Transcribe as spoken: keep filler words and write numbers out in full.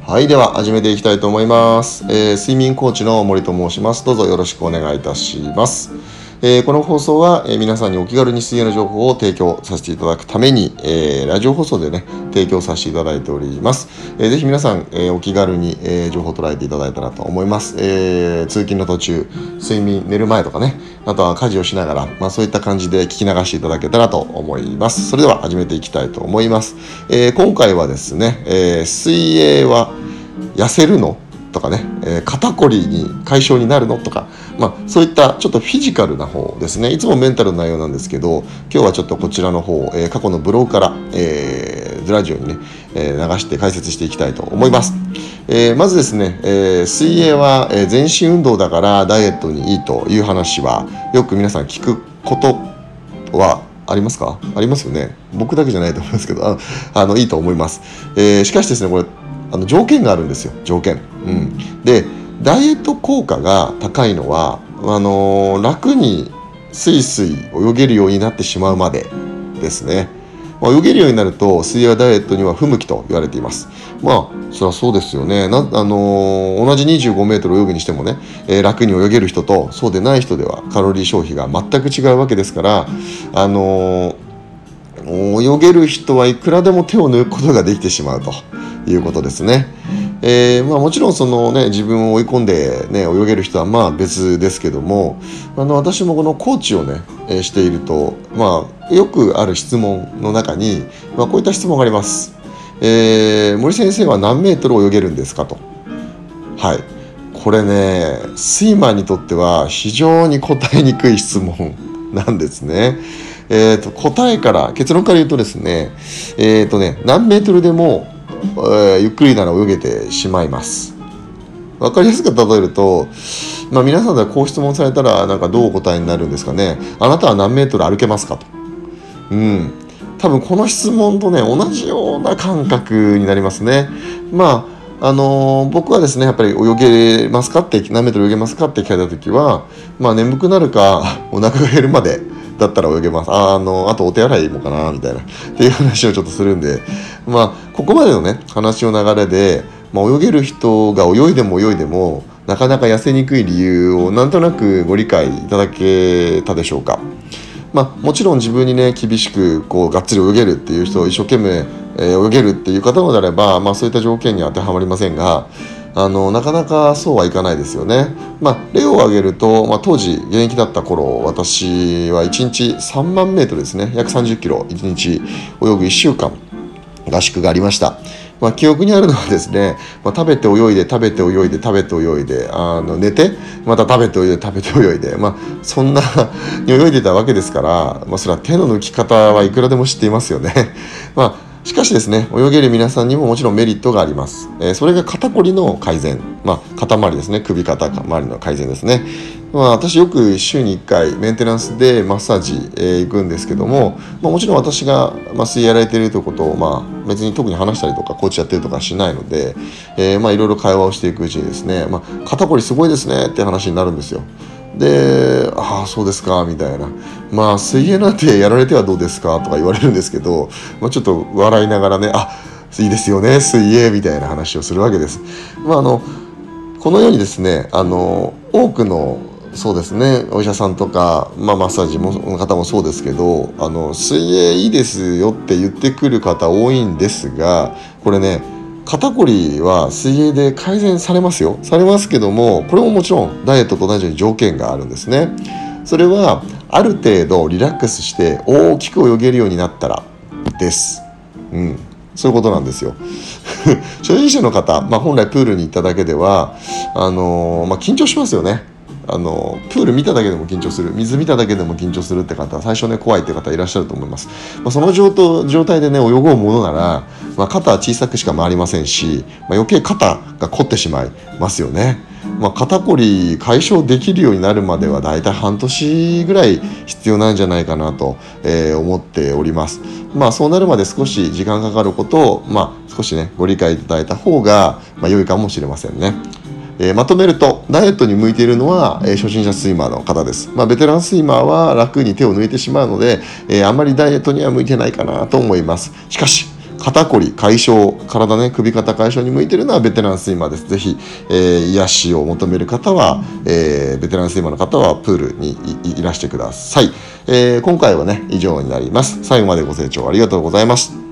はい、では始めていきたいと思います、えー、睡眠コーチの森と申します。どうぞよろしくお願いいたします。えー、この放送は、えー、皆さんにお気軽に水泳の情報を提供させていただくために、えー、ラジオ放送でね提供させていただいております。えー、ぜひ皆さん、えー、お気軽に、えー、情報を捉えていただいたらと思います。えー、通勤の途中、睡眠寝る前とかね、あとは家事をしながら、まあ、そういった感じで聞き流していただけたらと思います。それでは始めていきたいと思います。えー、今回はですね、えー、水泳は痩せるのとかね、えー、肩こりに解消になるのとか、まあ、そういったちょっとフィジカルな方ですね。いつもメンタルの内容なんですけど、今日はちょっとこちらの方、えー、過去のブログから、えー、ラジオにね、えー、流して解説していきたいと思います。えー、まずですね、えー、水泳は全身運動だからダイエットにいいという話はよく皆さん聞くことはありますか？ありますよね。僕だけじゃないと思いますけど、ああのいいと思います。えー、しかしですね、これあの条件があるんですよ。条件、うん、でダイエット効果が高いのはあのー、楽にスイスイ泳げるようになってしまうまでですね。まあ、泳げるようになると水泳はダイエットには不向きと言われています。まあそれはそうですよね。な、あのー、同じにじゅうごメートル泳ぐにしてもね、えー、楽に泳げる人とそうでない人ではカロリー消費が全く違うわけですから、あのー、泳げる人はいくらでも手を抜くことができてしまうということですね。えーまあ、もちろんその、ね、自分を追い込んで、ね、泳げる人はまあ別ですけども、あの私もこのコーチをね、えー、していると、まあ、よくある質問の中に、まあ、こういった質問があります。えー、森先生は何メートル泳げるんですかと。はい、これねスイマーにとっては非常に答えにくい質問なんですね。えー、と答えから結論から言うとですね、えーとね何メートルでもえー、ゆっくりなら泳げてしまいます。わかりやすく例えると、まあ、皆さんがこう質問されたらなんかどうお答えになるんですかね。あなたは何メートル歩けますかと。うん、多分この質問とね同じような感覚になりますね。まああのー、僕はですねやっぱり泳げますかって何メートル泳げますかって聞かれた時は、まあ、眠くなるかお腹が減るまでだったら泳げます。あ、あの、あとお手洗いもかなみたいなっていう話をちょっとするんで、まあここまでのね話の流れで、まあ、泳げる人が泳いでも泳いでもなかなか痩せにくい理由をなんとなくご理解いただけたでしょうか。まあもちろん自分にね厳しくこうがっつり泳げるっていう人を一生懸命、えー、泳げるっていう方もであれば、まあそういった条件に当てはまりませんが、あのなかなかそうはいかないですよね。まあ、例を挙げると、まあ、当時現役だった頃私はいちにちさんまんメートルですね、約さんじゅっキロいちにち泳ぐいっしゅうかん合宿がありました。まあ、記憶にあるのはですね、まあ、食べて泳いで食べて泳いで食べて泳いであの寝てまた食べて泳いで食べて泳いで、まあ、そんなに泳いでたわけですから、まあ、それは手の抜き方はいくらでも知っていますよね。まあしかしですね、泳げる皆さんにももちろんメリットがあります。えー、それが肩こりの改善、まあ、肩周りですね、首肩周りの改善ですね。まあ、私よく週にいっかいメンテナンスでマッサージ、えー、行くんですけども、まあ、もちろん私が麻酔やられているということを、まあ、別に特に話したりとかコーチやってるとかしないので、えー、まあいろいろ会話をしていくうちにですね、まあ、肩こりすごいですねって話になるんですよ。で、ああそうですかみたいな、まあ水泳なんてやられてはどうですかとか言われるんですけど、まあ、ちょっと笑いながらね、あいいですよね水泳みたいな話をするわけです。まあ、あのこのようにですね、あの多くのそうですねお医者さんとか、まあ、マッサージもの方もそうですけど、あの水泳いいですよって言ってくる方多いんですが、これね肩こりは水泳で改善されますよ。されますけども、これももちろんダイエットと同じように条件があるんですね。それはある程度リラックスして大きく泳げるようになったらです。うん、そういうことなんですよ。初心者の方、まあ、本来プールに行っただけではあのーまあ、緊張しますよね。あのプール見ただけでも緊張する、水見ただけでも緊張するって方は最初ね怖いって方いらっしゃると思います。まあ、その状態でね泳ごうものなら、まあ、肩は小さくしか回りませんし、まあ、余計肩が凝ってしまいますよね。まあ、肩こり解消できるようになるまではだいたい半年ぐらい必要なんじゃないかなと、えー、思っております。まあそうなるまで少し時間かかることを、まあ、少しねご理解いただいた方が、まあ、良いかもしれませんね。えー、まとめるとダイエットに向いているのは、えー、初心者スイマーの方です。まあ、ベテランスイマーは楽に手を抜いてしまうので、えー、あまりダイエットには向いてないかなと思います。しかし肩こり解消、体ね、首肩解消に向いているのはベテランスイマーです。ぜひ、えー、癒しを求める方は、えー、ベテランスイマーの方はプールに い, いらしてください。えー、今回はね、以上になります。最後までご清聴ありがとうございます。